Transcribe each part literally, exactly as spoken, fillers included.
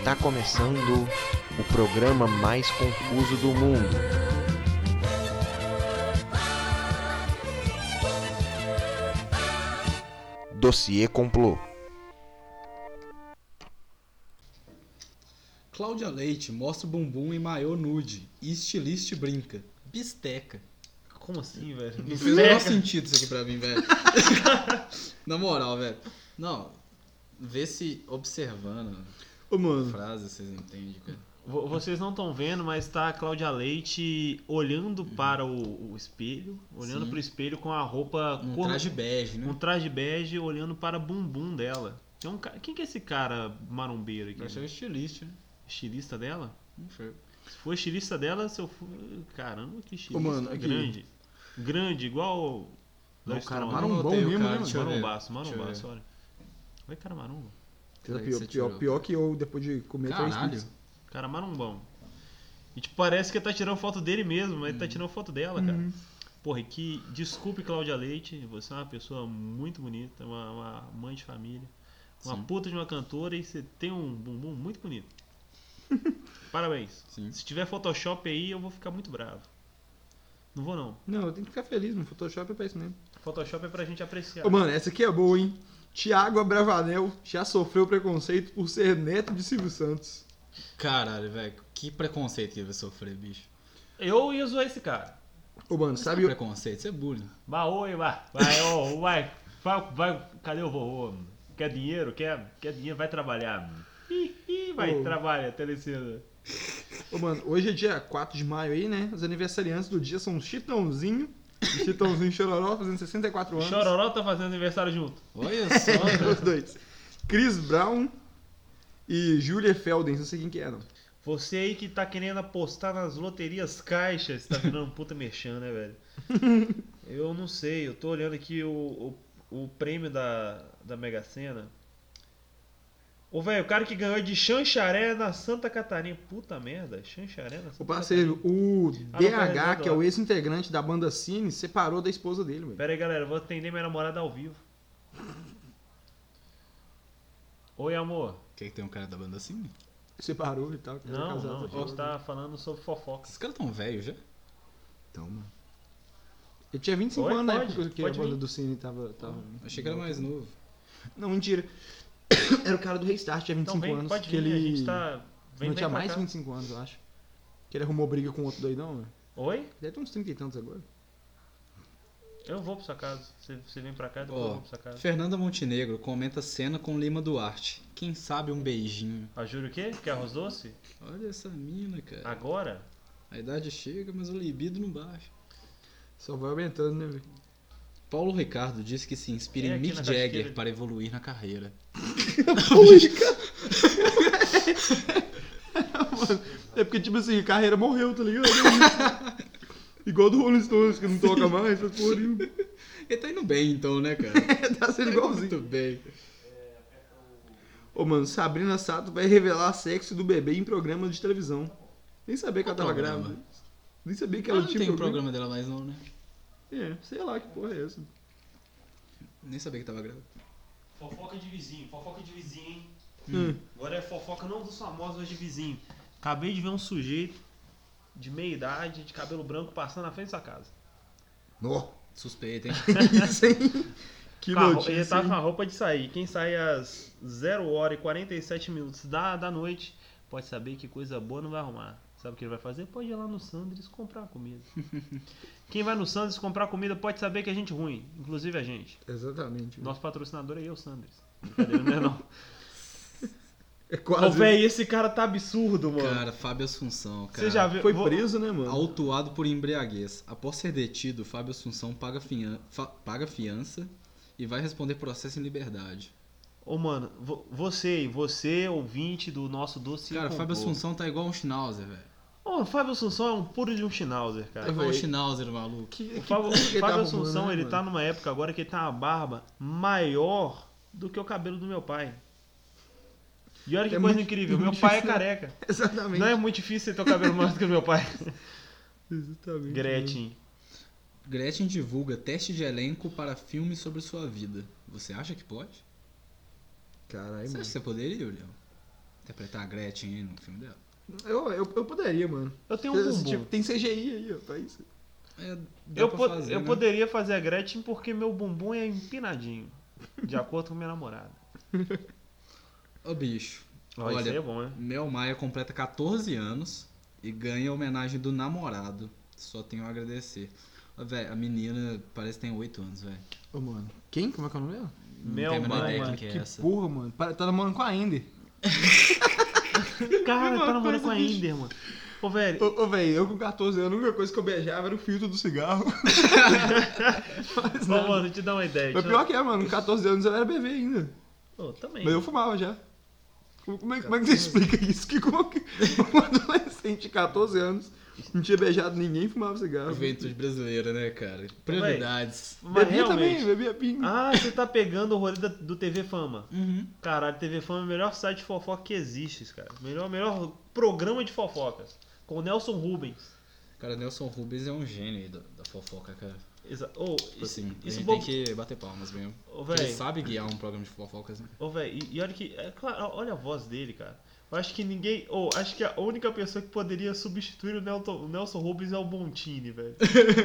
Está começando o programa mais confuso do mundo. Dossiê Complô. Cláudia Leite mostra o bumbum em maiô nude e estilista brinca. Bisteca. Como assim, velho? Não fez o menor sentido isso aqui pra mim, velho. Na moral, velho. Não, vê se observando Ô, mano. a frase vocês entendem, cara. Vocês não estão vendo, mas tá a Cláudia Leite olhando uhum. para o, o espelho, olhando para o espelho com a roupa... Um cor... traje bege, né? Um traje bege, olhando para o bumbum dela. Tem um... Quem que é esse cara marombeiro aqui? Vai ser o estilista, né? Estilista dela? Não sei. Se for estilista dela, se eu for... Caramba, que estilista. Ô, mano, aqui. Grande. Grande, igual... Não, cara, marombão mesmo, né, mano? mano? Marombaço, marombaço, olha. Vai, cara, maromba. Pior, pior, pior, pior que eu, depois de comer três pizzas. Cara, marombão. E tipo, parece que tá tirando foto dele mesmo, mas uhum. tá tirando foto dela, cara. Uhum. Porra, e que... Desculpe, Cláudia Leite, você é uma pessoa muito bonita, uma, uma mãe de família, uma Sim. puta de uma cantora e você tem um bumbum muito bonito. Parabéns. Sim. Se tiver Photoshop aí, eu vou ficar muito bravo. Não vou, não. Não, eu tenho que ficar feliz, no Photoshop é pra isso mesmo. Photoshop é pra gente apreciar. Ô, mano, essa aqui é boa, hein? Tiago Abravanel já sofreu preconceito por ser neto de Silvio Santos. Caralho, velho, que preconceito que ele vai sofrer, bicho. Eu ia zoar esse cara. Ô, mano, sabe... Não é preconceito, isso é bullying. Vai, oi, vai, vai, ó, vai, vai, vai, cadê o vovô? Quer dinheiro? Quer, quer dinheiro? Vai trabalhar. Ih, ih, vai, Ô. trabalha, telecena. Ô, mano, hoje é dia quatro de maio aí, né? Os aniversariantes do dia são o Chitãozinho, o Chitãozinho e Chororó, fazendo sessenta e quatro anos. Chororó tá fazendo aniversário junto. Olha só. Os dois. Chris Brown e Julia Felden, não sei quem que é, não. Você aí que tá querendo apostar nas loterias caixas, tá virando um puta merchan, né, velho? Eu não sei, eu tô olhando aqui o, o, o prêmio da, da Mega Sena. Ô, velho, o cara que ganhou de Xancharé na Santa Catarina. Puta merda, Xancharé na Santa O parceiro, Catarina. o D H, ah, que é o ex-integrante da banda Cine, separou da esposa dele, velho. Pera aí, galera, eu vou atender minha namorada ao vivo. Oi, amor. O que, que tem um cara da banda Cine? Separou e tal. Não, não, a gente tá falando sobre fofoca. Esses caras tão velhos já? Então, mano. Ele tinha vinte e cinco Oi, anos na pode, época que a banda vir. do Cine tava... tava Achei que era mais novo. Não, mentira. Era o cara do Restart, tinha vinte e cinco então, vem, anos. Pode que vir, ele... a gente tá... Vem, não vem tinha mais cá. de vinte e cinco anos, eu acho. Que ele arrumou briga com outro doidão, velho. Oi? Deve ter uns trinta e tantos agora. Eu vou pra sua casa. Você, você vem pra cá, depois oh, eu vou pra sua casa. Fernanda Montenegro comenta cena com Lima Duarte. Quem sabe um beijinho. A Júlio o quê? Quer arroz doce? Olha essa mina, cara. Agora? A idade chega, mas o libido não baixa. Só vai aumentando, né, velho? Paulo Ricardo diz que se inspira é em Mick Jagger casqueira. para evoluir na carreira. Paulo Ricardo! É porque, tipo assim, a carreira morreu, tá ligado? Igual do Rolling Stones, que não toca mais, essa porra. Ele tá indo bem, então, né, cara? Tá sendo igualzinho. Muito bem. Ô, mano, Sabrina Sato vai revelar sexo do bebê em programa de televisão. Nem sabia que ela tava programa? grávida. Nem sabia que ela ela não tinha tem programa. programa dela mais não, né? É, sei lá que porra é essa. Nem sabia que tava grávida. Fofoca de vizinho, fofoca de vizinho, hein? Hum. Agora é fofoca não dos famosos, mas de vizinho. Acabei de ver um sujeito de meia idade, de cabelo branco, passando na frente da sua casa. Nó. Suspeito, hein? Isso, hein? Que Carro, notícia, ele tá hein? com a roupa de sair. Quem sai às zero hora e quarenta e sete minutos da, da noite pode saber que coisa boa não vai arrumar. Sabe o que ele vai fazer? Pode ir lá no Sanders comprar comida. Quem vai no Sanders comprar comida pode saber que é gente ruim, inclusive a gente. Exatamente. Nosso patrocinador é eu, Sanders. Brincadeira, não é não. É quase... Ô, velho, esse cara tá absurdo, mano. Cara, Fábio Assunção, cara. Você já viu? Foi Vou... preso, né, mano? Autuado por embriaguez. Após ser detido, Fábio Assunção paga, fian... Fa... paga fiança e vai responder processo em liberdade. Ô, mano, vo- você, você, ouvinte do nosso doce. Cara, Fábio Assunção tá igual um Schnauzer, velho. Ô, o Fábio Assunção é um puro de um Schnauzer, cara. Tá igual um velho. Schnauzer, maluco. Que, O que Fábio, porra que ele Fábio tá Assunção, arrumando, né, ele mano? tá numa época agora que ele tá uma barba maior do que o cabelo do meu pai. E olha que É coisa muito- incrível, é meu muito pai é difícil, né? careca. Exatamente. Não é muito difícil você ter o cabelo maior do que o meu pai. Exatamente. Gretchen. Gretchen divulga teste de elenco para filme sobre sua vida. Você acha que pode? Caralho, Você mano. acha que você poderia, Léo? Interpretar a Gretchen aí no filme dela. Eu, eu, eu poderia, mano. Eu tenho um Esse bumbum. tipo, tem C G I aí, ó, pra isso. É, dá Eu, pra po- fazer, eu né? poderia fazer a Gretchen porque meu bumbum é empinadinho. De acordo com minha namorada. Ô, bicho. Ó, isso aí Olha, é bom, né? Mel Maia completa catorze anos e ganha a homenagem do namorado. Só tenho a agradecer. Ô, véi, a menina parece que tem oito anos, velho. Ô, mano. Quem? Como é que é o nome dela? Não Mel tenho a menor Maia, ideia Mano, quem que que é essa. porra, mano. Pare- Tá namorando com a Ender. Cara, tá Mesma namorando com a coisa, bicho. Ender, mano. Ô, velho, Ô, ô velho, eu com catorze anos, a única coisa que eu beijava era o filtro do cigarro. Mas, ô, nada. mano, te dar uma ideia. Mas te pior dar- que é, mano. Com catorze anos eu era bebê ainda. Ô, também. Mas eu fumava já. Como, como é, como é que você explica isso? Que como que um adolescente de catorze anos não tinha beijado ninguém e fumava cigarro? Juventude brasileira, né, cara? Prioridades. Mas Bebia realmente. também, bebia pinga. Ah, você tá pegando o rolê da- do T V Fama. Uhum. Caralho, T V Fama é o melhor site de fofoca que existe, cara. Melhor, melhor programa de fofocas. Com o Nelson Rubens. Cara, Nelson Rubens é um gênio aí da, da fofoca, cara. Exa oh, Tipo assim, a isso gente bom. tem que bater palmas mesmo. Ô, Porque ele velho. sabe guiar um programa de fofocas, né? Ô, velho, e, e olha que. É claro, olha a voz dele, cara. Eu acho que ninguém. Ou acho que a única pessoa que poderia substituir o Nelson, o Nelson Rubens é o Bontini, velho.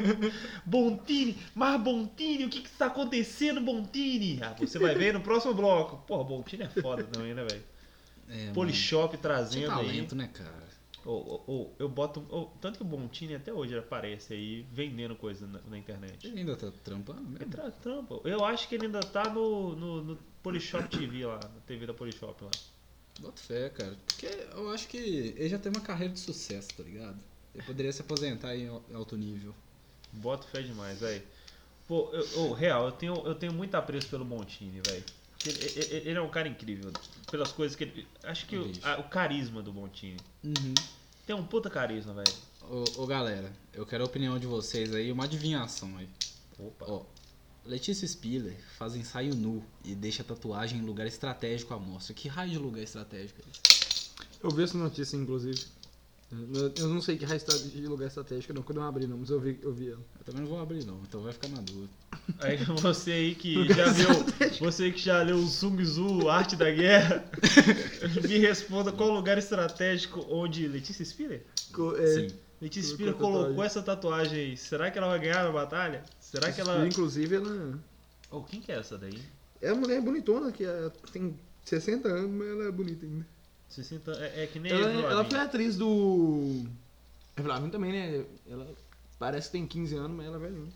Bontini, mas Bontini, o que que tá acontecendo, Bontini? Ah, você vai ver no próximo bloco. Porra, Bontini é foda também, né, velho? É, Polishop mano. trazendo Tinha aí. talento, né, cara? Ou, ou, eu boto. ou, tanto que o Bontini até hoje aparece aí vendendo coisa na, na internet. Ele ainda tá trampando Ele mesmo? tra- trampa. Eu acho que ele ainda tá no, no, no Polishop T V lá, na T V da Polishop lá. Bota fé, cara. Porque eu acho que ele já tem uma carreira de sucesso, tá ligado? Ele poderia se aposentar em al- alto nível. Boto fé demais, velho. Pô, eu, ô, real, eu tenho, eu tenho muito apreço pelo Bontini, velho. Ele, ele, ele é um cara incrível. Pelas coisas que ele. Acho que o, Bicho. a- o carisma do Bontini. Uhum. Tem um puta carisma, velho. Ô, ô, galera, eu quero a opinião de vocês aí, uma adivinhação aí. Opa. Ó, Letícia Spiller faz ensaio nu e deixa tatuagem em lugar estratégico à mostra. Que raio de lugar estratégico é esse? Eu vi essa notícia, inclusive. Eu eu não sei que raio está de lugar estratégico, não, quando eu abri, não, mas eu vi, eu vi ela. Eu também não vou abrir não, então vai ficar na dúvida. Aí você aí que já leu. Você aí que já leu o Sun Tzu, Arte da Guerra. Me responda qual lugar estratégico onde Letícia Spiller? Co- é, Sim. Letícia Colocou Spiller colocou tatuagem. essa tatuagem aí. Será que ela vai ganhar na batalha? Será que ela. Inclusive, ela, Oh, quem que é essa daí? é uma mulher bonitona, que é- tem sessenta anos, mas ela é bonita ainda. sessenta, é, é que nem Ela, a Avril ela Lavigne. foi atriz do... É Lavigne também, né? Ela parece que tem quinze anos, mas ela é velhona.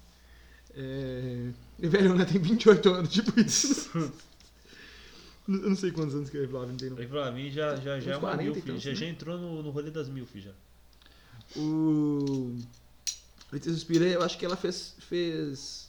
É... E velhona tem vinte e oito anos, tipo isso. Eu não sei quantos anos que a Avril Lavigne tem, não. A Avril Lavigne já, já, já é Uns uma quarenta, milf, então, já, sim. já entrou no, no rolê das milf já. O... Letícia Spiller, eu acho que ela fez... fez...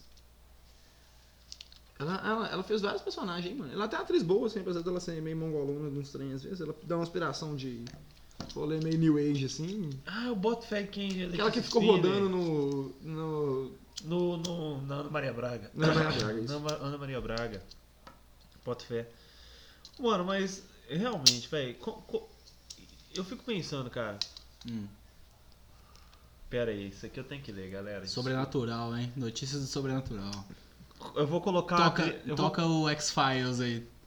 Ela, ela, ela fez vários personagens, hein, mano. Ela tem uma atriz boa, assim, apesar dela ser meio mongolona nos trem às vezes. Ela dá uma inspiração de... rolê meio new age, assim. Ah, eu boto fé em quem... Aquela que ficou Spiller. rodando no... no... No, no, na Ana Maria Braga. Na Ana Maria Braga, isso. Na Ma- Ana Maria Braga. Boto fé. Mano, mas realmente, velho, eu fico pensando, cara. Hum. Pera aí, isso aqui eu tenho que ler, galera. Sobrenatural, hein? Notícias do sobrenatural. Eu vou colocar. Toca, a tri- eu, toca o X-Files aí. vou,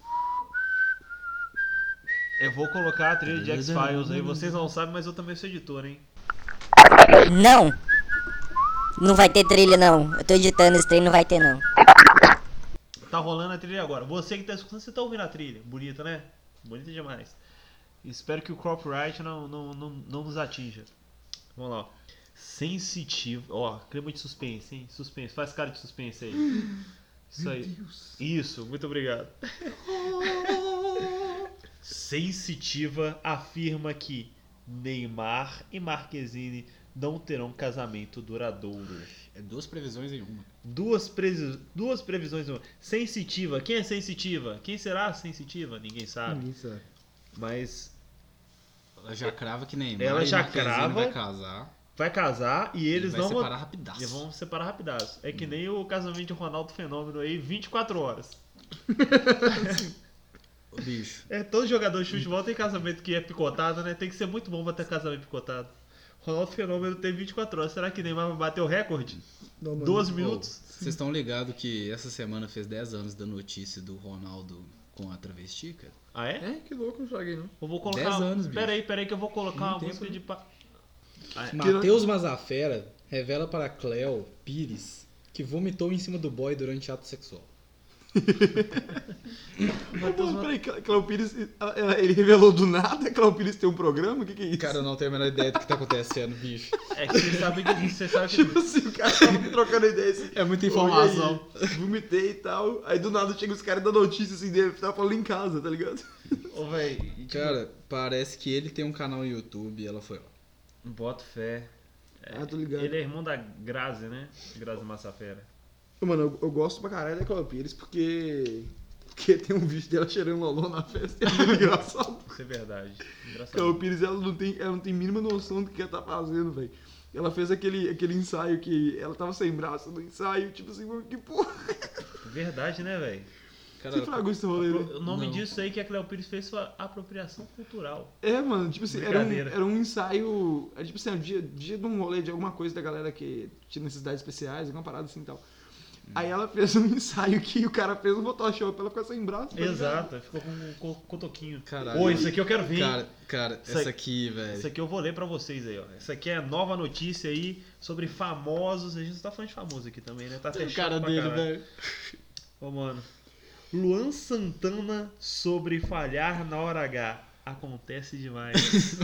eu vou colocar a trilha de X-Files aí. Vocês não sabem, mas eu também sou editor, hein? Não! Não vai ter trilha, não. Eu tô editando esse trem, não vai ter, não. Tá rolando a trilha agora. Você que tá escutando, você tá ouvindo a trilha. Bonita, né? Bonita demais. Espero que o copyright não, não, não, não nos atinja. Vamos lá, ó. Sensitivo. Ó, clima de suspense, hein? Suspense. Faz cara de suspense aí. Isso aí. Isso, muito obrigado. Sensitiva afirma que Neymar e Marquezine não terão casamento duradouro. É duas previsões em uma. Duas, presi- duas previsões. Uma. Sensitiva. Quem é sensitiva? Quem será sensitiva? Ninguém sabe. Ninguém sabe. Mas Ela já crava que Neymar Ela e já Marquezine crava. vai casar. vai casar e eles e vai não vão. separar rapidaço. Eles vão separar rapidaço. É que nem o casamento de Ronaldo Fenômeno aí, vinte e quatro horas. Ô, bicho. É, todo jogador de futebol tem casamento que é picotado, né? Tem que ser muito bom pra ter casamento picotado. Ronaldo Fenômeno tem vinte e quatro horas. Será que Neymar vai bater o recorde? Não, mano. doze Ô, minutos? Vocês estão ligados que essa semana fez dez anos da notícia do Ronaldo com a travesti, cara. Ah, é? É, que louco, não joguei não. Eu vou colocar. Dez anos, bicho. Pera aí, pera aí que eu vou colocar Muito uma tempo, música né? de. Pa... Ah, é. Matheus Mazafera revela para Cleo Pires que vomitou em cima do boy durante ato sexual. Mas, peraí, Cléo Pires, ela- ele revelou do nada? Cléo Pires tem um programa? O que que é isso? Cara, eu não tenho a menor ideia do que tá acontecendo, bicho. É que você sabe que. Você sabe que. Tipo assim, o cara tava trocando ideia assim. É muita "Oi, informação. aí, vomitei e tal. Aí do nada chega os caras da notícia assim, dele tava falando em casa, tá ligado? Ô, velho. Tipo, Cara, parece que ele tem um canal no YouTube e ela foi lá. bota fé. Ah, tô ligado. Ele é irmão da Grazi, né? Grazi Massafera. Mano, eu, eu gosto pra caralho da Cléo Pires porque. Porque tem um vídeo dela cheirando loló na festa e é muito engraçado. Isso é verdade. Engraçado. Cléo Pires, ela não tem, ela não tem mínima noção do que ela tá fazendo, velho. Ela fez aquele, aquele ensaio que ela tava sem braço no ensaio, tipo assim, mano, que porra. Verdade, né, velho? Você fragou esse rolê, né? O nome Não. disso aí que a Cleo Pires fez foi apropriação cultural. É, mano, tipo assim, era um, Brincadeira. era um ensaio. Era tipo assim, um dia, dia de um rolê de alguma coisa da galera que tinha necessidades especiais, alguma parada assim e tal. Aí ela fez um ensaio que o cara fez um Photoshop, ela ficou sem braço. tá ligado? Exato, ficou com um co- cotoquinho. Caralho. Ô, isso aqui eu quero ver. Cara, cara, Isso essa aqui- aqui, velho. Isso aqui eu vou ler pra vocês aí, ó. Essa aqui é a nova notícia aí sobre famosos. A gente não tá falando de famoso aqui também, né? Tá até O chato cara pra dele, caralho. velho. Ô, mano. Luan Santana sobre falhar na hora H. Acontece demais.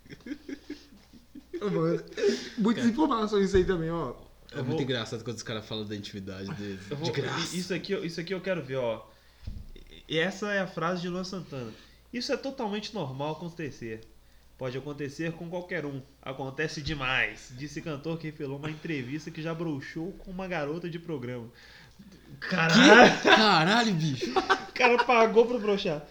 Ô, mano, muitas informações isso aí também, ó. É Eu muito vou- engraçado quando os caras falam da intimidade deles. Eu vou- De graça. Isso aqui, isso aqui eu quero ver, ó. E essa é a frase de Luan Santana. Isso é totalmente normal acontecer. Pode acontecer com qualquer um. Acontece demais. Disse cantor que revelou uma entrevista que já broxou com uma garota de programa. Caralho! Caralho, bicho. O cara pagou pra broxar.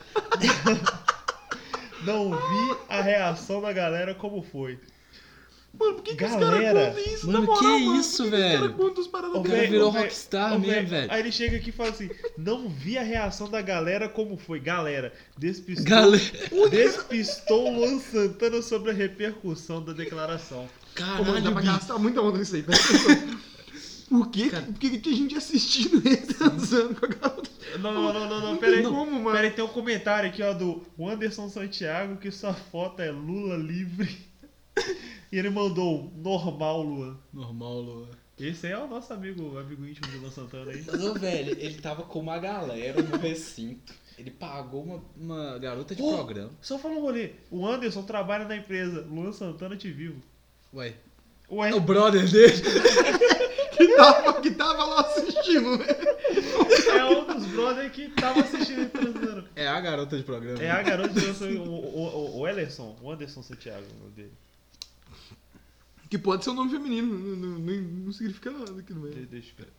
Não vi a reação da galera como foi. Mano, por que, que os Galera, caras contam isso, mano, na moral, que mano? isso, Por que que velho? Os caras contam as paradas Ô, O dessas? cara velho, virou ô, velho, rockstar ô, mesmo, velho. velho. Aí ele chega aqui e fala assim: não vi a reação da galera como foi. Galera, despistou, Galera. despistou Luan Santana sobre a repercussão da declaração. Pô, mano, dá Caralho, pra bicho. gastar muita onda nisso aí. Presta atenção. Por que, Cara. por que que a gente assistindo ele transando com a garota? Não, não, não, não, não, Não pera aí. tem como, mano. Pera aí, tem um comentário aqui, ó, do Anderson Santiago, que sua foto é Lula livre. E ele mandou normal, Luan. Normal, Lua. Esse aí é o nosso amigo, amigo íntimo do Luan Santana aí. Mas, ô, velho, ele tava com uma galera no recinto. Ele pagou uma, uma garota de Pô. programa. Só fala um rolê. O Anderson trabalha na empresa. Luan Santana te vivo. Ué. Ué, É o brother dele? Que tava, que tava lá assistindo, né? é um dos brothers que tava assistindo ele transando. É a garota de programa. É a garota de dança, o, o, o, o Ellerson, o Anderson Santiago, o nome dele. Que pode ser um nome feminino, não, não, não, não significa nada aqui no De- meio. Deixa eu ver.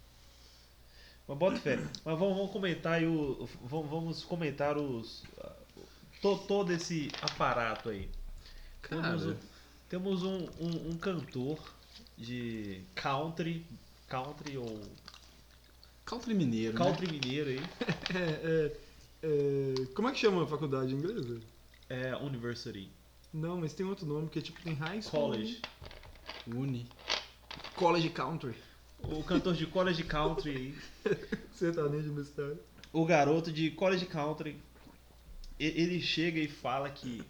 Mas bota fé. Mas vamos, vamos comentar aí o. Vamos, vamos comentar os. To, todo esse aparato aí. Temos, Cara. um, temos um, um, um cantor de country. Country ou. Country mineiro, Country mineiro aí. É, é, é, como é que chama a faculdade em inglês? velho? É University. Não, mas tem outro nome que é tipo, tem high school. College. né? Uni. College Country. O cantor de college country aí. Sertanejo universitário. O garoto de college country, e- ele chega e fala que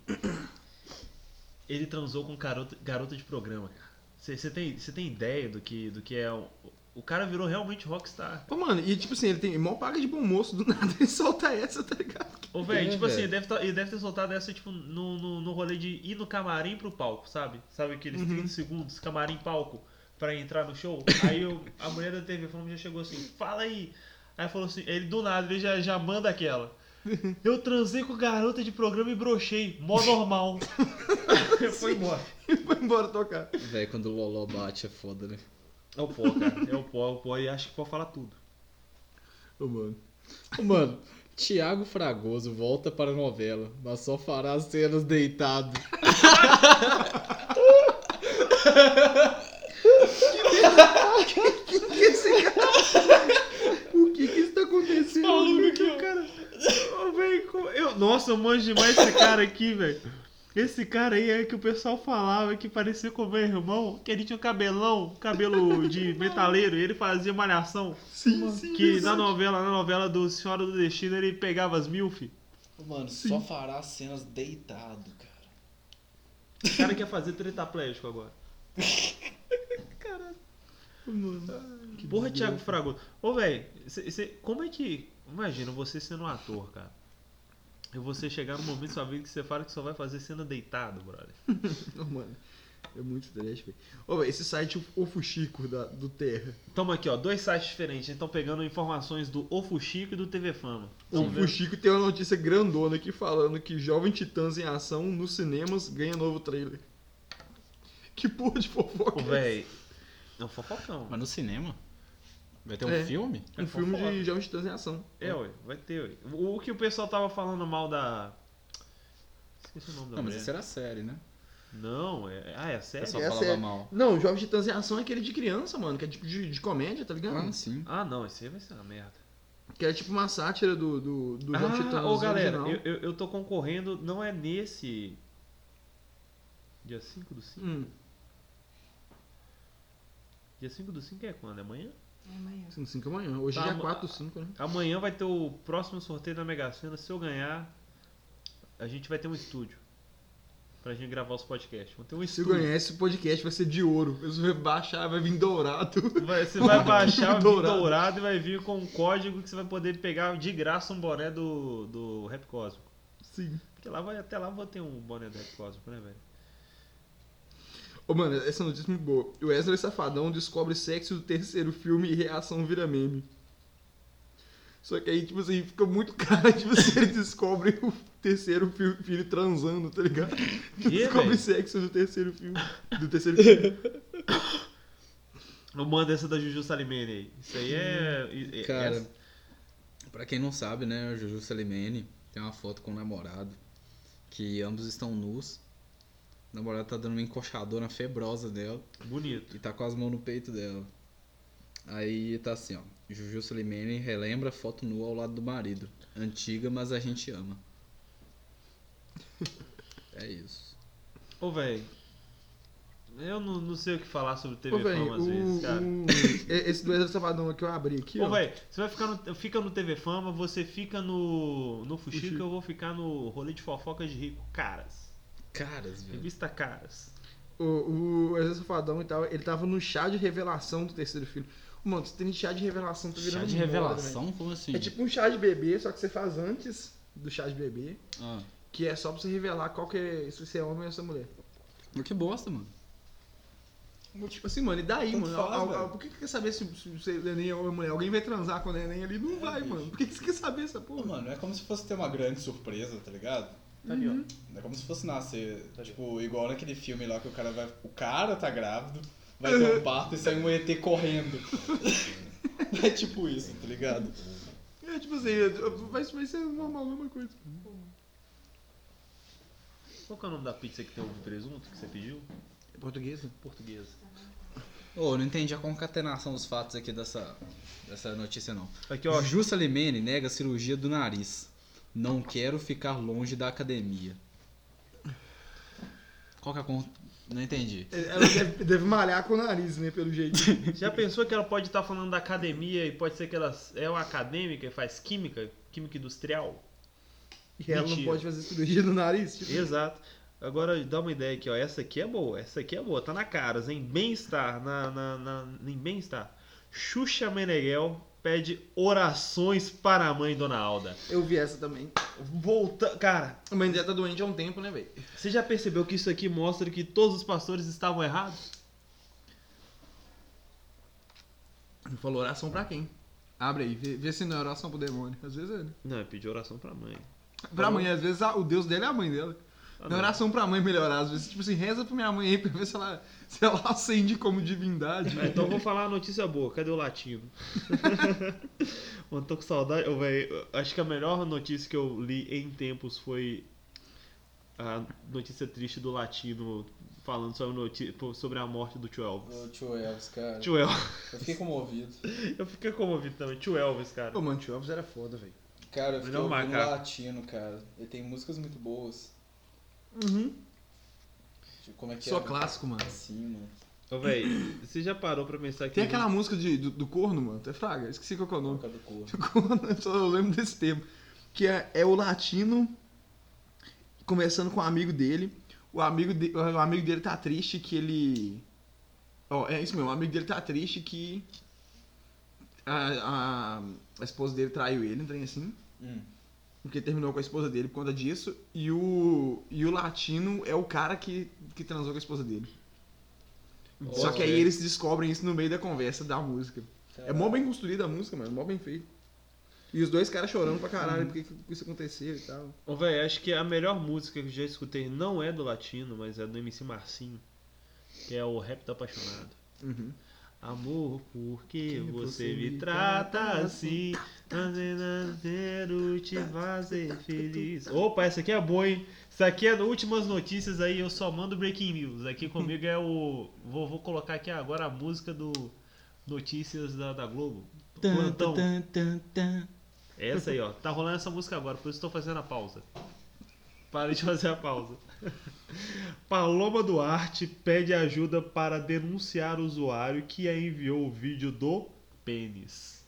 ele transou com garota, garota de programa, cara. Você tem, cê tem ideia do que, do que é... O, o cara virou realmente rockstar. Pô, mano, e tipo assim, ele tem mó paga de bom moço, do nada ele solta essa, tá ligado? Ô, velho, É, tipo assim, velho. ele deve, tá- ele deve ter soltado essa, tipo, no, no, no rolê de ir no camarim pro palco, sabe? Sabe aqueles trinta segundos, camarim palco, pra entrar no show? Aí eu, a mulher da T V falando, já chegou assim, fala aí. Aí falou assim, ele do nada, ele já, já manda aquela. Eu transei com garota de programa e brochei, mó normal. Foi embora. E foi embora tocar. Velho, quando o Loló bate é foda, né? É o pó, cara. É o pó, o pó e acho que pode falar tudo. Ô, mano. Ô, mano, Thiago Fragoso volta para a novela, mas só fará cenas deitado. Quem que é esse cara? O que que isso tá acontecendo? Maluco aqui, cara. Ô, velho, como- eu, nossa, eu manjo demais esse cara aqui, velho. Esse cara aí é que o pessoal falava que parecia com o meu irmão, que ele tinha um cabelão, cabelo de metaleiro, e ele fazia malhação. Sim, sim. Que na novela, na novela do Senhora do Destino ele pegava as milf. Mano, só fará cenas deitado, cara. O cara quer fazer tetraplégico agora. Mano. Que porra, Thiago Fragoso. Ô, velho, como é que... Imagina você sendo um ator, cara. E você chegar no momento da sua vida que você fala que só vai fazer cena deitado, brother. Não, mano. É muito trash, velho. Ô, velho, esse site, o Fuxico da, do Terra. Toma aqui, ó, dois sites diferentes. Estão pegando informações do O Fuxico e do T V Fama. O Fuxico tem uma notícia grandona aqui falando que Jovem Titãs em Ação nos cinemas ganha novo trailer. Que porra de fofoca. Ô, velho. É um fofocão. Mas no cinema? Vai ter um É. filme? Um filme de Jovem Titãs em Ação. É, ué, vai ter, ué. O, o que o pessoal tava falando mal da... Esqueci o nome da Não, mas mulher. isso era série, né? Não, é... Ah, é sério? Eu só Essa falava é- mal. Não, Jovem Titãs em Ação é aquele de criança, mano, que é tipo de, de comédia, tá ligado? Ah, sim. Ah, não, esse aí vai ser uma merda. Que é tipo uma sátira do, do, do Jovem Titãs Ah, ô galera, original. eu, eu, eu tô concorrendo, não é nesse... Dia cinco do cinco? Hum, Dia cinco do cinco é quando? É amanhã? cinco, cinco amanhã. Hoje Tá, é dia ama- quatro do cinco, né? Amanhã vai ter o próximo sorteio da Mega Sena. Se eu ganhar, a gente vai ter um estúdio pra gente gravar os podcasts. Vamos ter um Se estúdio. ganhar esse podcast vai ser de ouro. Você vai baixar, vai vir dourado. Vai- você vai baixar, vai vir Dourado. dourado e vai vir com um código que você vai poder pegar de graça um boné do, do Rap Cósmico. Sim. Porque lá vai, até lá eu vou ter um boné do Rap Cósmico, né, velho? Ô, mano, essa notícia é muito boa. O Wesley Safadão descobre sexo do terceiro filme e reação vira meme. Só que aí, tipo assim, fica muito cara, tipo assim, ele descobre o terceiro fi- filho transando, tá ligado? Descobre velho? sexo do terceiro filme. Do terceiro filme. Não manda essa da Juju Salimene aí. Isso aí é... é- Cara, essa- pra quem não sabe, né, o Juju Salimene tem uma foto com o namorado, que ambos estão nus. O namorado tá dando uma encoxadona febrosa dela Bonito. e tá com as mãos no peito dela. Aí tá assim, ó. Juju Salimene relembra foto nua ao lado do marido. Antiga, mas a gente ama. É isso. Ô, velho. Eu não, não sei o que falar sobre T V Ô, velho, Fama às o, vezes, cara. o- esse do Wesley Safadão aqui eu abri aqui, Ô, ó. velho, você vai ficar no, fica no T V Fama, você fica no, no Fuxico, Fuxico. eu vou ficar no rolê de fofocas de rico. Caras. Caras, velho. Revista Caras. O, o Wesley Safadão e tal, ele tava no chá de revelação do terceiro filme. Mano, você tem chá de revelação, tá Chá virando de moda, revelação? Como assim? velho. É tipo um chá de bebê, só que você faz antes do chá de bebê, Ah, que é só pra você revelar qual que é, se você é homem ou se é mulher. mas que bosta, mano. Tipo assim, mano, e daí, Tanto mano? faz, Al- al- velho. por que que quer saber se, se você é neném ou é mulher? Alguém vai transar com o neném ali? Não vai, bicho. mano. Por que que você quer saber essa porra? Pô, mano, é como se fosse ter uma grande surpresa, tá ligado? Tá ali, ó. É como se fosse nascer, Tá ali. tipo, igual naquele filme lá que o cara vai. O cara tá grávido, vai ter um parto e sai um E T correndo. É tipo isso, tá ligado? É tipo assim, vai, vai ser normal, a mesma coisa. Qual que é o nome da pizza que tem ovo e presunto que você pediu? Português? Portuguesa. Ô, eu não entendi a concatenação dos fatos aqui dessa, dessa notícia, não. Aqui, ó. Juju Salimene nega cirurgia do nariz. Não quero ficar longe da academia. Qual que é a con... Não entendi. Ela deve, deve malhar com o nariz, né, pelo jeito. Já pensou que ela pode estar falando da academia e pode ser que ela é uma acadêmica e faz química, química industrial? E ela não Mentira. pode fazer cirurgia no nariz? Tipo, Exato. Agora dá uma ideia aqui, ó. Essa aqui é boa, essa aqui é boa. Tá na Caras, em bem-estar, na, na, na, em bem-estar. Xuxa Meneghel pede orações para a mãe Dona Alda. eu vi essa também. Volta, cara, A mãe dela tá doente há um tempo, né, velho? você já percebeu que isso aqui mostra que todos os pastores estavam errados? Ele falou oração pra quem? Abre aí, vê, vê se não é oração pro demônio. Às vezes é, né? Não, ele pediu oração pra mãe. Pra mãe, às vezes a- o Deus dele é a mãe dela. Ah, não é não. oração pra mãe melhorar. Às vezes, tipo assim, reza pra minha mãe aí pra ver se ela, se ela acende como divindade. Ah, então eu vou falar uma notícia boa. Cadê o latino? Mano, tô com saudade. Ô, véi, acho que a melhor notícia que eu li em tempos foi a notícia triste do latino falando sobre, noti- sobre a morte do tio Elvis. O tio Elvis, cara. Tio Elvis. Eu fiquei comovido. Eu fiquei comovido também. Tio Elvis, cara. Pô, mano, tio Elvis era foda, velho. Cara, eu fiquei Melhor ouvindo macaco. latino, cara. Ele tem músicas muito boas. Uhum. Como é que Só é? clássico, mano. Assim, mano. Ô, velho, você já parou pra pensar que... Tem aquela música de, do, do corno, mano. Até fraga. Esqueci qual que é o nome. Boca do corpo. Do corno, eu só lembro desse termo. Que é, é o latino conversando com um amigo dele. O amigo, de, o amigo dele tá triste que ele... Ó, é isso mesmo. O amigo dele tá triste que a, a, a esposa dele traiu ele, um trem assim. Hum. Porque terminou com a esposa dele por conta disso. E o, e o latino é o cara que, que transou com a esposa dele. Só que aí Ok. eles descobrem isso no meio da conversa da música. É mó bem construída a música, mano. Mó bem feito. E os dois caras chorando pra caralho porque que isso aconteceu e tal. Ô, velho, acho que a melhor música que eu já escutei não é do latino, mas é do M C Marcinho. Que é o Rap do Apaixonado. Uhum. Amor, por que Que você você me me trata trata assim? Quero te fazer feliz. Opa, essa aqui é boa, hein? Isso aqui é das últimas notícias aí, eu só mando breaking news. Aqui comigo é o... Vou, vou colocar aqui agora a música do Notícias da, da Globo. Plantão. É essa aí, ó. Tá rolando essa música agora, por isso estou fazendo a pausa. Para de fazer a pausa. Paloma Duarte pede ajuda para denunciar o usuário que a enviou o vídeo do pênis.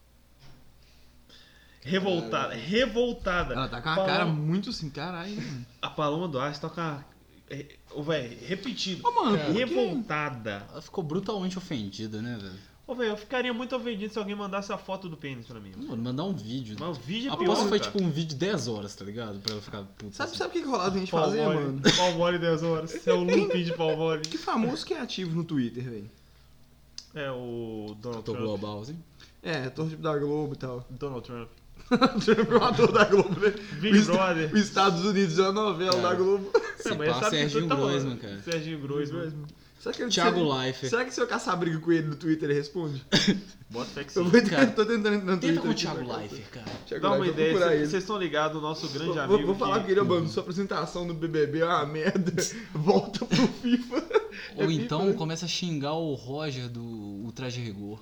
Revoltada, revoltada. Ela tá com a Paloma- cara muito assim, caralho. Mano. A Paloma Duarte tá com a... é, Ô, velho, repetido. Ô, mano, por quê? Revoltada. Ela ficou brutalmente ofendida, né, velho? Ô, velho, eu ficaria muito ofendido se alguém mandasse a foto do pênis pra mim. Mano, mandar um vídeo. Mas o vídeo é Aposto pior, que foi cara. tipo um vídeo de dez horas, tá ligado? Pra ela ficar puta. Sabe, assim. sabe o que que rolava a gente Pau fazer, mole, mano? pau mole dez horas. Isso é o looping de pau mole. Que famoso que é ativo no Twitter, velho. É o Donald Tô Trump. global, assim. É, ator tipo da Globo e tal. Donald Trump. O ator da Globo, né? Big O Est- Brother. Os Estados Unidos é uma novela Cara. da Globo. Se Não, mas pá, sabe que Serginho tudo tá rolando. Groisman, cara. Serginho Groisman. Será que ele, Thiago será, Leifert. será que se eu caçar briga com ele no Twitter, ele responde? Bota fé que Eu sim. vou Cara, tentar, tô tentando no Twitter. Tenta com o aqui Thiago pra caçar. Leifert, cara. Thiago Dá uma Leifert, vou ideia, procurar vocês ele. vocês estão ligados, o nosso grande Vou, amigo vou falar que... com ele, mano, sua apresentação no B B B é uma merda. Volta pro FIFA. Ou É então FIFA. começa a xingar o Roger do Ultra de Rigor.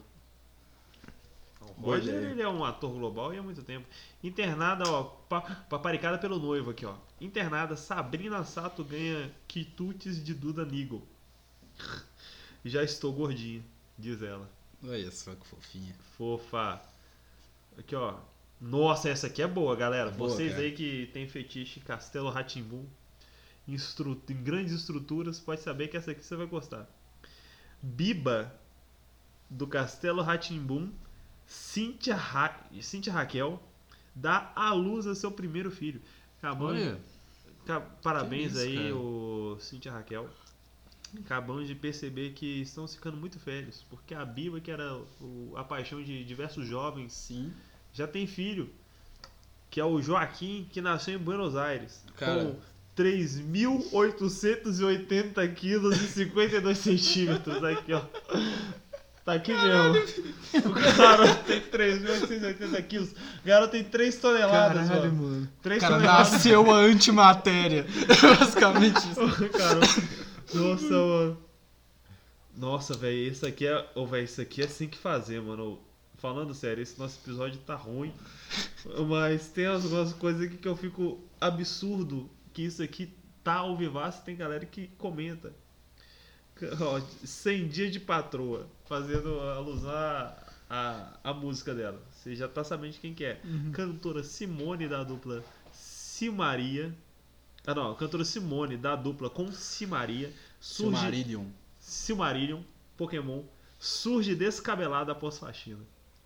O Roger, Boa ideia. ele é um ator global e há muito tempo. Internada, ó, pa- paparicada pelo noivo aqui, ó. Internada, Sabrina Sato ganha quitutes de Duda Nigel. Já estou gordinha, diz ela. Olha só que fofinha. Fofa. Aqui, ó. Nossa, essa aqui é boa, galera. Boa, Vocês cara. aí que tem fetiche Castelo Rá-Tim-Bum em, estru- em grandes estruturas, pode saber que essa aqui você vai gostar. Biba do Castelo Rá-Tim-Bum, Cíntia, Ra... Cíntia Raquel dá à luz a seu primeiro filho. Acabamos... Olha, Ca- Parabéns Que isso, aí, cara. o Cíntia Raquel. Acabamos de perceber que estão ficando muito velhos, porque a Biba, que era o- a paixão de diversos jovens, sim. já tem filho, que é o Joaquim, que nasceu em Buenos Aires, Cara. com três mil oitocentos e oitenta quilos e cinquenta e dois centímetros. Aqui, ó. Tá aqui mesmo. O garoto tem três mil oitocentos e oitenta quilos. O garoto tem três toneladas, Caralho, mano. mano. três Cara, toneladas. nasceu a antimatéria. Basicamente isso. Cara, nossa, mano. Nossa, velho, isso aqui é. Ô, velho, isso aqui é assim que fazer, mano. Falando sério, esse nosso episódio tá ruim. Mas tem algumas coisas aqui que eu fico absurdo que isso aqui tá ao vivaço. Tem galera que comenta. Ó, cem dias de patroa, fazendo alusão à, à, à música dela. Você já tá sabendo de quem que é. Cantora Simone da dupla Simaria. Ah, não, cantora Simone da dupla com Simaria. Surge Silmarillion. Silmarillion, Pokémon, surge descabelada após faxina.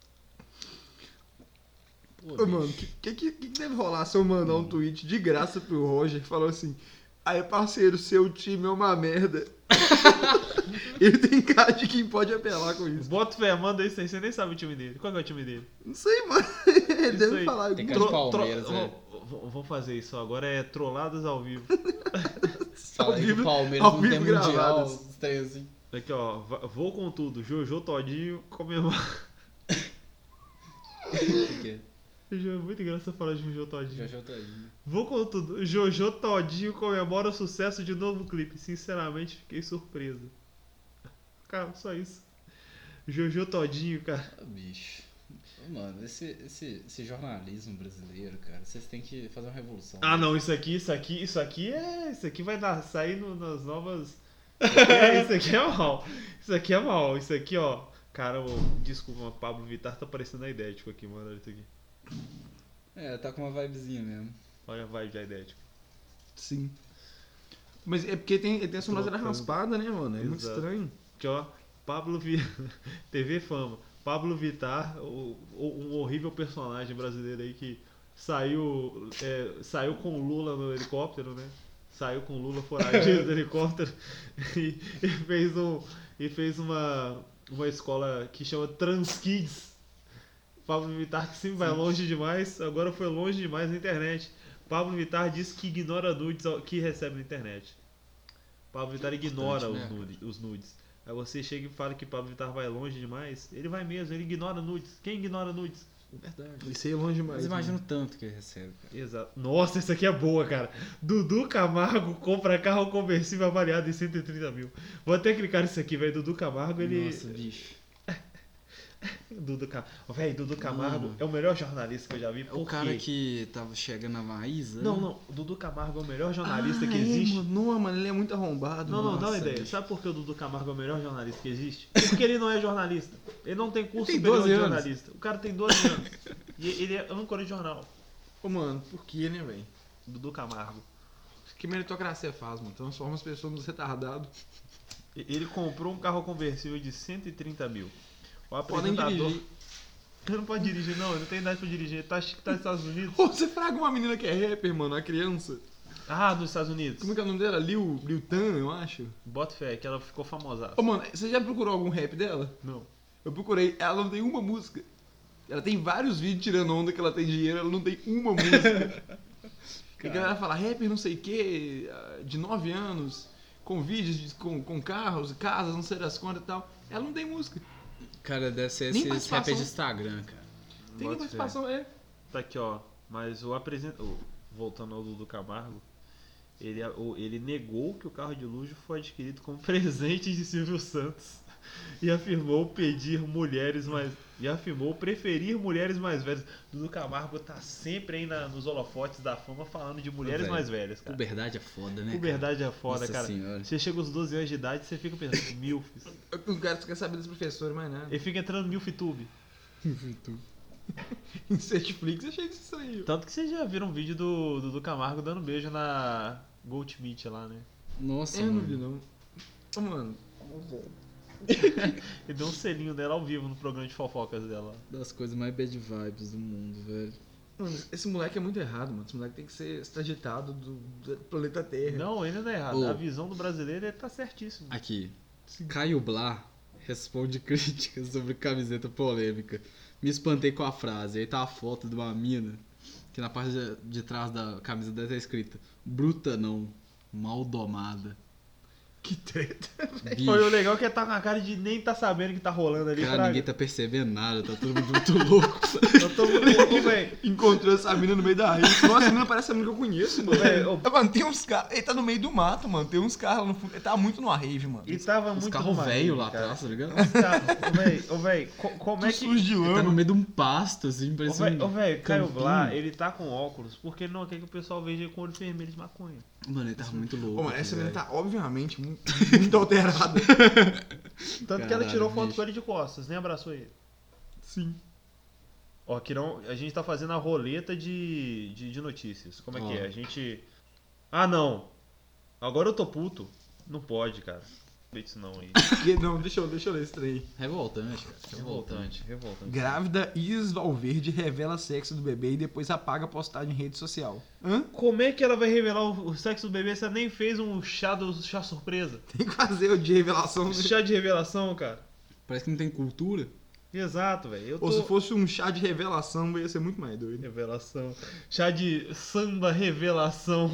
Pô, Ô, bicho. mano, o que, que, que que deve rolar se eu mandar um tweet de graça pro Roger falou assim: aí, parceiro, seu time é uma merda. Ele tem cara de quem pode apelar com isso. Bota fé, manda isso aí, você nem sabe o time dele. Qual que é o time dele? Não sei, mano. Ele Isso deve aí. falar. Tem algum- cara de Palmeiras, tro- velho. vou- vou- Vou fazer isso, agora é trolladas ao vivo. Fala aí que vivo- o Palmeiras ao não tem vivo mundial. gravadas. Os três assim. Aqui, ó, va- vou com tudo. Jojo Todinho comemora. O que que é? É muito engraçado falar de Jojo Todinho. Jojo Todinho. Vou com tudo. Jojo Todinho comemora o sucesso de novo clipe. Sinceramente, fiquei surpreso. Cara, só isso. Jojo Todinho, cara. Ah, bicho. Mano, esse, esse, esse jornalismo brasileiro, cara, vocês têm que fazer uma revolução. Ah, não, isso aqui, isso aqui, isso aqui é. Isso aqui vai dar, sair no- nas novas. Isso aqui, é, isso aqui é mal. Isso aqui é mal. Isso aqui, ó. Cara, o, desculpa, mas Pablo Vittar tá parecendo a Idético aqui, mano. Olha isso aqui. É, tá com uma vibezinha mesmo. Olha a vibe da Idético. Sim. Mas é porque tem, ele tem a sobrancelha Trocando. raspada, né, mano? É muito Exato. estranho. Aqui, ó. Pablo Vittar. T V Fama. Pablo Vittar, o, o- um horrível personagem brasileiro aí que saiu, é, saiu com o Lula no helicóptero, né? Saiu com o Lula foragido do helicóptero e, e fez, um, e fez uma, uma escola que chama Transkids. Pablo Vittar que sempre vai longe demais, agora foi longe demais na internet. Pablo Vittar diz que ignora nudes ao- que recebe na internet. Pablo Vittar ignora os Importante, né, nudes, os nudes. Aí você chega e fala que Pablo Vittar vai longe demais, ele vai mesmo, ele ignora nudes. Quem ignora nudes? Verdade. Isso aí é longe demais. Mas imagina mano. o tanto que ele recebe, cara. Exato. Nossa, essa aqui é boa, cara. Dudu Camargo compra carro conversível avaliado em cento e trinta mil. Vou até clicar nisso aqui, velho. Dudu Camargo, ele. Nossa, bicho. Dudu Camargo. Velho, Dudu Camargo Mano. é o melhor jornalista que eu já vi. É Por o cara quê? que tava chegando na Maísa. Não, né? não. O Dudu Camargo é o melhor jornalista Ah, que é, existe. Mano, não, mano, ele é muito arrombado. Não, não, dá uma nossa, ideia. bicho. Sabe por que o Dudu Camargo é o melhor jornalista que existe? Porque ele não é jornalista. Ele não tem curso Ele tem superior doze de anos. jornalista. O cara tem doze anos. E ele é âncora de jornal. Ô, mano, por que, né, velho? Dudu Camargo. Que meritocracia faz, mano? Transforma as pessoas nos retardados. E- Ele comprou um carro conversível de cento e trinta mil. O Podem apresentador. dirigir. Ele não pode dirigir, não. Ele não tem idade pra dirigir. Ele tá, acho que tá nos Estados Unidos. Ô, você fraga uma menina que é rapper, mano, uma criança. Ah, nos Estados Unidos. Como é que é o nome dela? Lil, Lil Tan, eu acho. Bota fé, que ela ficou famosa. Ô, mano, você já procurou algum rap dela? Não. Eu procurei, ela não tem uma música. Ela tem vários vídeos tirando onda que ela tem dinheiro, ela não tem uma música. E a galera fala, rapper não sei o que, de nove anos, com vídeos, de- com, com carros, casas, não sei das quantas e tal. Ela não tem música. Cara, deve ser Nem esses participação. rappers de Instagram, cara. Tem Bota participação, é. Tá aqui, ó. Mas o apresentador. Voltando ao Dudu Camargo. Ele, o- ele negou que o carro de luxo foi adquirido como presente de Silvio Santos. E afirmou pedir mulheres mais. E afirmou preferir mulheres mais velhas. Dudu Camargo tá sempre aí na- nos holofotes da fama falando de mulheres Velho, mais velhas, cara. Puberdade é foda, né? Puberdade é foda, Nossa cara. senhora. Você chega aos doze anos de idade, você fica pensando, milfs. O cara só quer saber dos professores, mais nada. Ele fica entrando no milftube. Em Netflix é cheio disso aí. Tanto que vocês já viram um vídeo do do Dudu Camargo dando beijo na Goldschmidt lá, né? Nossa, Eu não mano. vi, não. Ô, mano, Ele deu um selinho dela ao vivo no programa de fofocas dela. Das coisas mais bad vibes do mundo, velho. mano, esse moleque é muito errado, mano. Esse moleque tem que ser extraditado do, do planeta Terra. Não, ele não é errado. Ô. A visão do brasileiro ele tá certíssimo. Aqui. Caio Blá responde críticas sobre camiseta polêmica. Me espantei com a frase. Aí tá a foto de uma mina que na parte de, de trás da camisa dela tá escrita: bruta não, mal domada. Que treta. Bicho, Foi o legal que ele tá com a cara de nem tá sabendo o que tá rolando ali. cara, fraga. ninguém tá percebendo nada, tá todo mundo muito louco. Eu tô muito louco, velho. Encontrou essa mina no meio da rede. Nossa, essa mina parece a mina que eu conheço, mano. Véi, ô- Mano, tem uns carros. Ele tá no meio do mato, mano. Tem uns carros lá no fundo. Ele tá muito numa rave, mano. E tava Os muito carros numa velho rave, lá cara. atrás, tá ligado? Os carros- Ô, véi, ô, véi, co- como é que... Sujo de Ele tá lama. no meio de um pasto, assim, Ô, parecendo véi, ô, um véi, Caio campinho. Blá, ele tá com óculos porque ele não quer que o pessoal veja ele com olho vermelho de maconha. Mano, ele tava muito louco. Ô, mano, essa mina velho. tá, obviamente, mu- muito alterada. Tanto que ela Caralho, tirou foto bicho. com ele de costas, nem abraçou ele. Sim. Ó, aqui não, a gente tá fazendo a roleta de, de, de notícias. Como é Ó. que é? A gente... Ah, não. Agora eu tô puto. Não pode, cara. Não isso não aí. Que- Não, deixa eu, deixa eu ler esse trem aí. Revoltante, cara. Revoltante, revoltante. Grávida Isis Valverde revela sexo do bebê e depois apaga a postagem em rede social. Hã? Como é que ela vai revelar o, o sexo do bebê se ela nem fez um chá, do, chá surpresa? Tem que fazer o de revelação. né? Chá de revelação, cara. Parece que não tem cultura. Exato, velho. Eu tô... Ou se fosse um chá de revelação, ia ser muito mais doido. Revelação. Chá de samba revelação.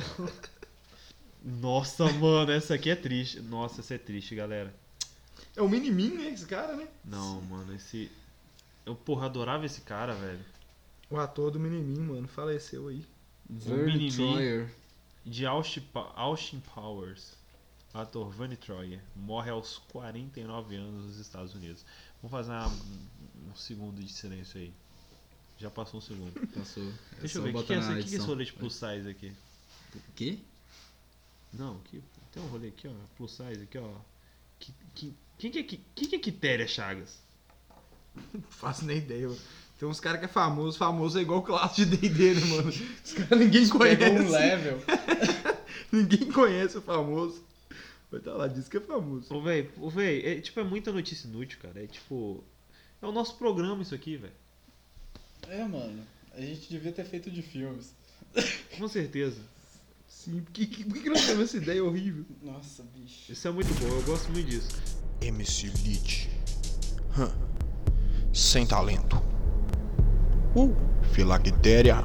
Nossa, mano, essa aqui é triste. Nossa, essa é triste, galera. É o Minimin, né? Esse cara, né? Não, mano, esse... Eu, porra, adorava esse cara, velho. O ator do Minimin, mano, faleceu aí. Verne Mini-Me. Troyer. De Austin, Pa- Austin Powers. Ator Verne Troyer. Morre aos quarenta e nove anos nos Estados Unidos. Vamos fazer uma- um segundo de silêncio aí. Já passou um segundo. Passou. É Deixa só eu ver, o que, botar que é na essa- que, que é esse edição. rolê de plus size aqui? Que? Não, aqui, tem um rolê aqui, ó. Plus size aqui, ó. Que, que, quem que é que, quem que é Quitéria Chagas? Não faço nem ideia, mano. Tem uns caras que é famoso, famoso é igual classe de D e D, né, mano? Os caras ninguém conhece. Pegou um level. Ninguém conhece o famoso. Vai estar lá, diz que é famoso. Ô, velho, ô, velho, é, tipo, é muita notícia inútil, cara. É tipo. É o nosso programa isso aqui, velho. É, mano. A gente devia ter feito de filmes. Com certeza. Sim, por que, que, por que nós temos essa ideia horrível? Nossa, bicho. Isso é muito bom, eu gosto muito disso. M C Lit. Hã. Sem talento. Uh, Filactéria.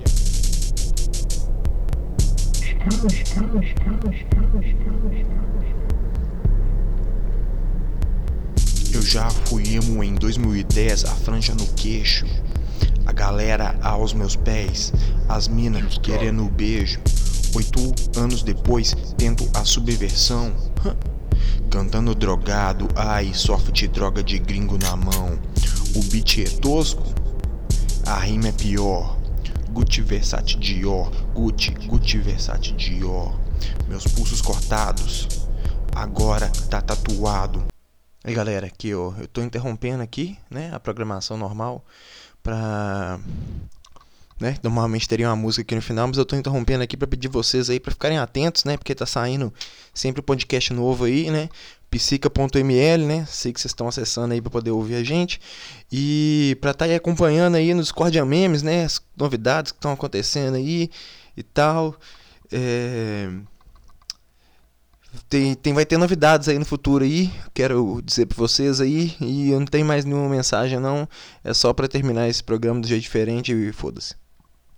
Eu já fui emo em dois mil e dez, a franja no queixo. A galera aos meus pés, as minas querendo beijo. Oito anos depois, tento a subversão. Hã. Cantando drogado, ai, soft droga de gringo na mão. O beat é tosco, a rima é pior. Gucci Versace Dior, Gucci, Gucci Versace Dior. Meus pulsos cortados, agora tá tatuado. Aí galera, aqui ó, eu tô interrompendo aqui, né, a programação normal pra... né, normalmente teria uma música aqui no final, mas eu tô interrompendo aqui pra pedir vocês aí pra ficarem atentos, né, porque tá saindo sempre um podcast novo aí, né, psica ponto m l, né, sei que vocês estão acessando aí pra poder ouvir a gente, e pra tá aí acompanhando aí nos Discordia Memes, né, as novidades que estão acontecendo aí e tal, é... Tem, tem, vai ter novidades aí no futuro aí, quero dizer pra vocês aí, e eu não tenho mais nenhuma mensagem não, é só pra terminar esse programa do jeito diferente e foda-se.